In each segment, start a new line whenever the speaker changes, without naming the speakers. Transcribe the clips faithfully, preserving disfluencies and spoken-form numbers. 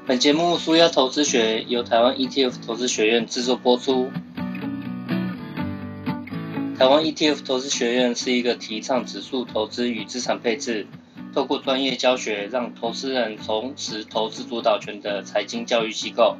本节目《舒压投资学》由台湾 E T F 投资学院制作播出。台湾 E T F 投资学院是一个提倡指数投资与资产配置，透过专业教学让投资人重拾投资主导权的财经教育机构。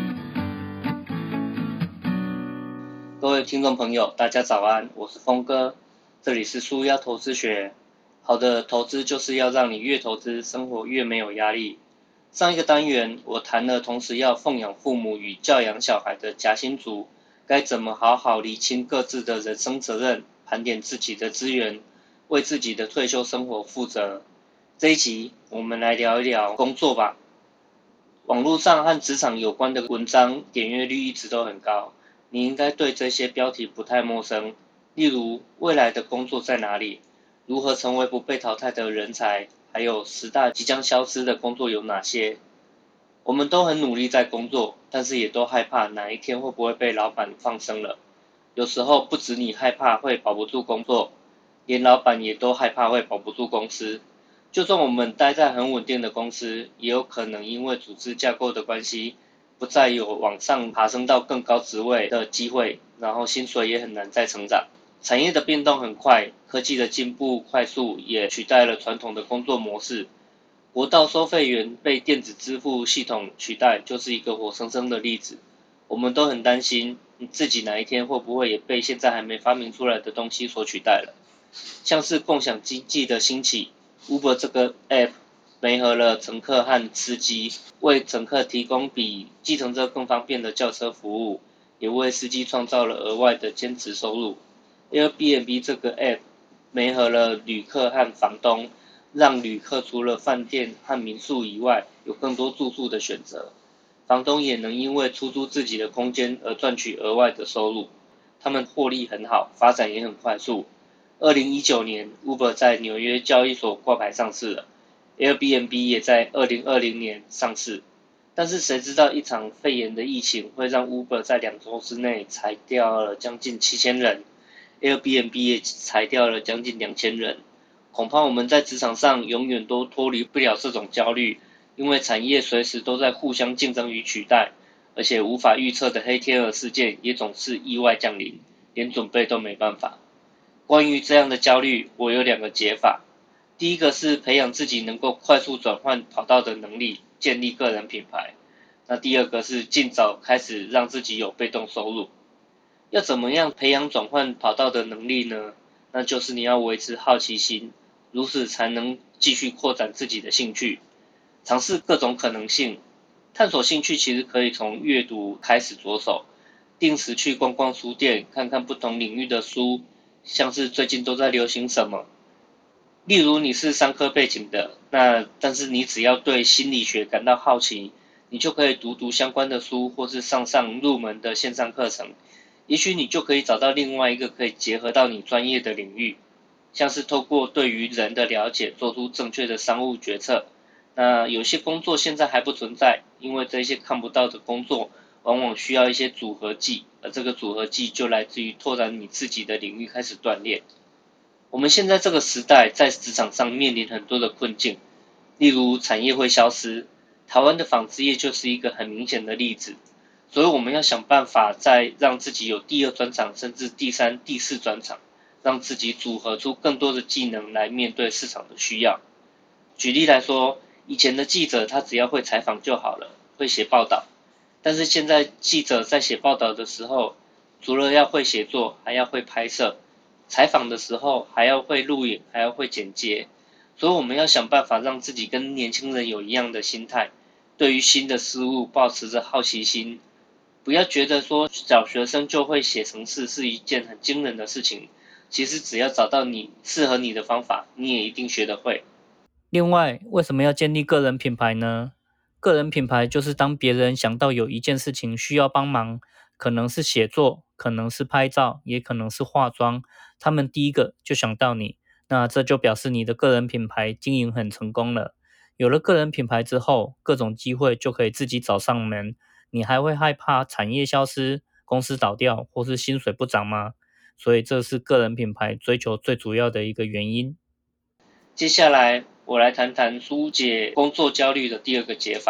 各位听众朋友，大家早安，我是峰哥，这里是舒压投资学。好的投资就是要让你越投资，生活越没有压力。上一个单元我谈了同时要奉养父母与教养小孩的夹心族，该怎么好好厘清各自的人生责任，盘点自己的资源，为自己的退休生活负责。这一集我们来聊一聊工作吧。网络上和职场有关的文章点阅率一直都很高，你应该对这些标题不太陌生，例如未来的工作在哪里，如何成为不被淘汰的人才，还有十大即将消失的工作有哪些。我们都很努力在工作，但是也都害怕哪一天会不会被老板放生了。有时候不止你害怕会保不住工作，连老板也都害怕会保不住公司。就算我们待在很稳定的公司，也有可能因为组织架构的关系，不再有往上爬升到更高职位的机会，然后薪水也很难再成长。产业的变动很快，科技的进步快速，也取代了传统的工作模式。国道收费员被电子支付系统取代，就是一个活生生的例子。我们都很担心自己哪一天会不会也被现在还没发明出来的东西所取代了。像是共享经济的兴起， Uber 这个 App 媒合了乘客和司机，为乘客提供比计程车更方便的轿车服务，也为司机创造了额外的兼职收入。Airbnb 这个 App 媒合了旅客和房东，让旅客除了饭店和民宿以外，有更多住宿的选择。房东也能因为出租自己的空间而赚取额外的收入。他们获利很好，发展也很快速。二零一九年 Uber 在纽约交易所挂牌上市了， Airbnb 也在二零二零年上市。但是谁知道一场肺炎的疫情会让 Uber 在两周之内裁掉了将近七千人， Airbnb 也裁掉了将近两千人。恐怕我们在职场上永远都脱离不了这种焦虑，因为产业随时都在互相竞争与取代，而且无法预测的黑天鹅事件也总是意外降临，连准备都没办法。关于这样的焦虑，我有两个解法。第一个是培养自己能够快速转换跑道的能力，建立个人品牌。那第二个是尽早开始让自己有被动收入。要怎么样培养转换跑道的能力呢？那就是你要维持好奇心，如此才能继续扩展自己的兴趣，尝试各种可能性。探索兴趣其实可以从阅读开始着手，定时去逛逛书店，看看不同领域的书，像是最近都在流行什么。例如你是商科背景的，那但是你只要对心理学感到好奇，你就可以读读相关的书，或是上上入门的线上课程。也许你就可以找到另外一个可以结合到你专业的领域，像是透过对于人的了解，做出正确的商务决策。那有些工作现在还不存在，因为这些看不到的工作，往往需要一些组合技，而这个组合技就来自于拓展你自己的领域开始锻炼。我们现在这个时代在职场上面临很多的困境，例如产业会消失，台湾的纺织业就是一个很明显的例子。所以我们要想办法再让自己有第二专长，甚至第三、第四专长，让自己组合出更多的技能来面对市场的需要。举例来说，以前的记者他只要会采访就好了，会写报道。但是现在记者在写报道的时候，除了要会写作，还要会拍摄，采访的时候还要会录影，还要会剪接。所以我们要想办法让自己跟年轻人有一样的心态，对于新的事物抱持着好奇心，不要觉得说小学生就会写程式是一件很惊人的事情，其实只要找到你适合你的方法，你也一定学得会。
另外，为什么要建立个人品牌呢？个人品牌就是当别人想到有一件事情需要帮忙，可能是写作，可能是拍照，也可能是化妆，他们第一个就想到你，那这就表示你的个人品牌经营很成功了。有了个人品牌之后，各种机会就可以自己找上门。你还会害怕产业消失、公司倒掉或是薪水不涨吗？所以这是个人品牌追求最主要的一个原因。
接下来我来谈谈疏解工作焦虑的第二个解法，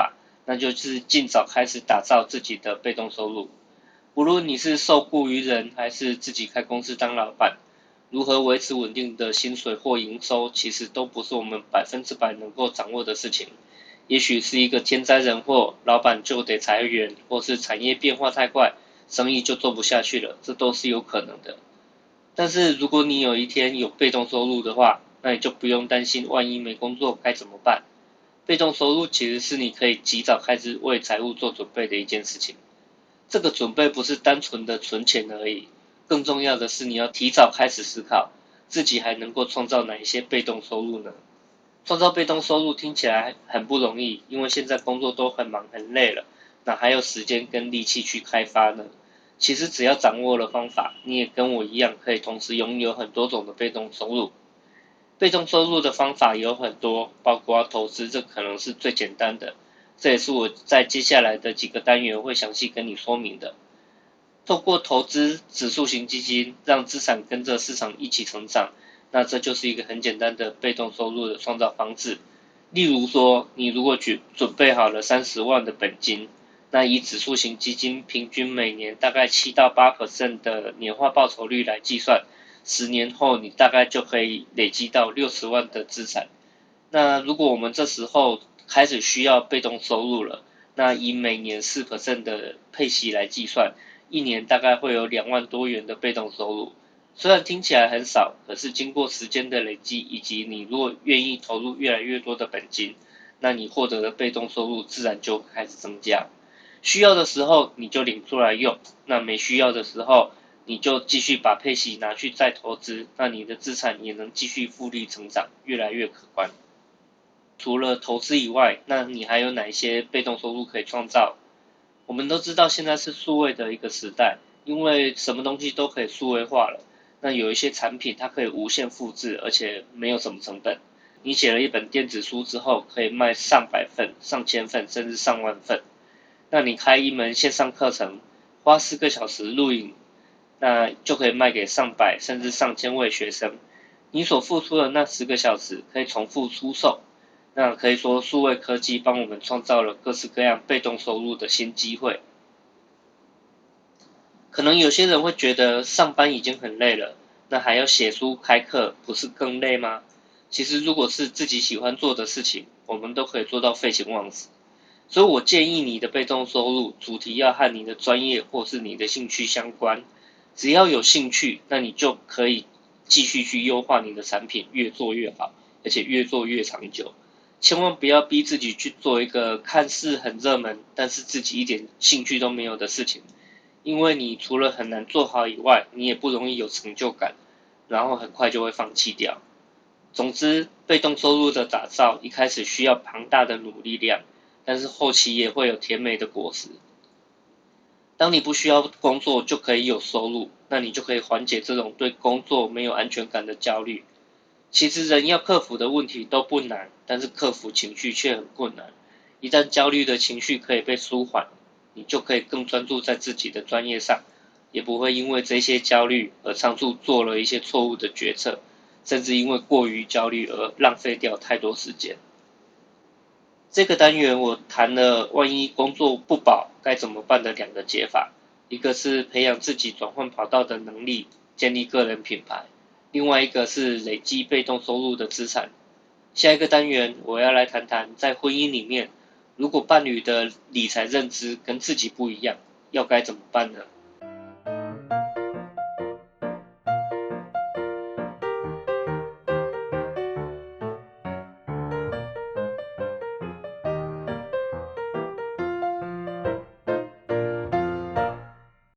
那就是尽早开始打造自己的被动收入。无论你是受雇于人还是自己开公司当老板，如何维持稳定的薪水或营收，其实都不是我们百分之百能够掌握的事情。也许是一个天灾人祸，老板就得裁员，或是产业变化太快，生意就做不下去了，这都是有可能的。但是如果你有一天有被动收入的话，那你就不用担心万一没工作该怎么办。被动收入其实是你可以及早开始为财务做准备的一件事情。这个准备不是单纯的存钱而已，更重要的是你要提早开始思考，自己还能够创造哪一些被动收入呢？创造被动收入听起来很不容易，因为现在工作都很忙很累了，哪还有时间跟力气去开发呢？其实只要掌握了方法，你也跟我一样可以同时拥有很多种的被动收入。被动收入的方法有很多，包括投资，这可能是最简单的，这也是我在接下来的几个单元会详细跟你说明的。透过投资指数型基金，让资产跟着市场一起成长，那这就是一个很简单的被动收入的创造方式。例如说，你如果准准备好了三十万的本金，那以指数型基金平均每年大概七到八 percent 的年化报酬率来计算，十年后你大概就可以累积到六十万的资产。那如果我们这时候开始需要被动收入了，那以每年 百分之四 的配息来计算，一年大概会有两万多元的被动收入。虽然听起来很少，可是经过时间的累积，以及你如果愿意投入越来越多的本金，那你获得的被动收入自然就开始增加。需要的时候你就领出来用，那没需要的时候你就继续把配息拿去再投资，那你的资产也能继续复利成长，越来越可观。除了投资以外，那你还有哪一些被动收入可以创造？我们都知道现在是数位的一个时代，因为什么东西都可以数位化了，那有一些产品它可以无限复制，而且没有什么成本。你写了一本电子书之后，可以卖上百份、上千份，甚至上万份。那你开一门线上课程，花四个小时录影，那就可以卖给上百甚至上千位学生。你所付出的那十个小时可以重复出售。那可以说数位科技帮我们创造了各式各样被动收入的新机会。可能有些人会觉得上班已经很累了，那还要写书开课，不是更累吗？其实如果是自己喜欢做的事情，我们都可以做到废寝忘食。所以我建议你的被动收入主题要和你的专业或是你的兴趣相关。只要有兴趣，那你就可以继续去优化你的产品，越做越好，而且越做越长久。千万不要逼自己去做一个看似很热门，但是自己一点兴趣都没有的事情，因为你除了很难做好以外，你也不容易有成就感，然后很快就会放弃掉。总之，被动收入的打造一开始需要庞大的努力量，但是后期也会有甜美的果实。当你不需要工作就可以有收入，那你就可以缓解这种对工作没有安全感的焦虑。其实人要克服的问题都不难，但是克服情绪却很困难。一旦焦虑的情绪可以被舒缓，你就可以更专注在自己的专业上，也不会因为这些焦虑而仓促做了一些错误的决策，甚至因为过于焦虑而浪费掉太多时间。这个单元我谈了万一工作不保该怎么办的两个解法，一个是培养自己转换跑道的能力，建立个人品牌，另外一个是累积被动收入的资产。下一个单元我要来谈谈在婚姻里面，如果伴侣的理财认知跟自己不一样，要该怎么办呢？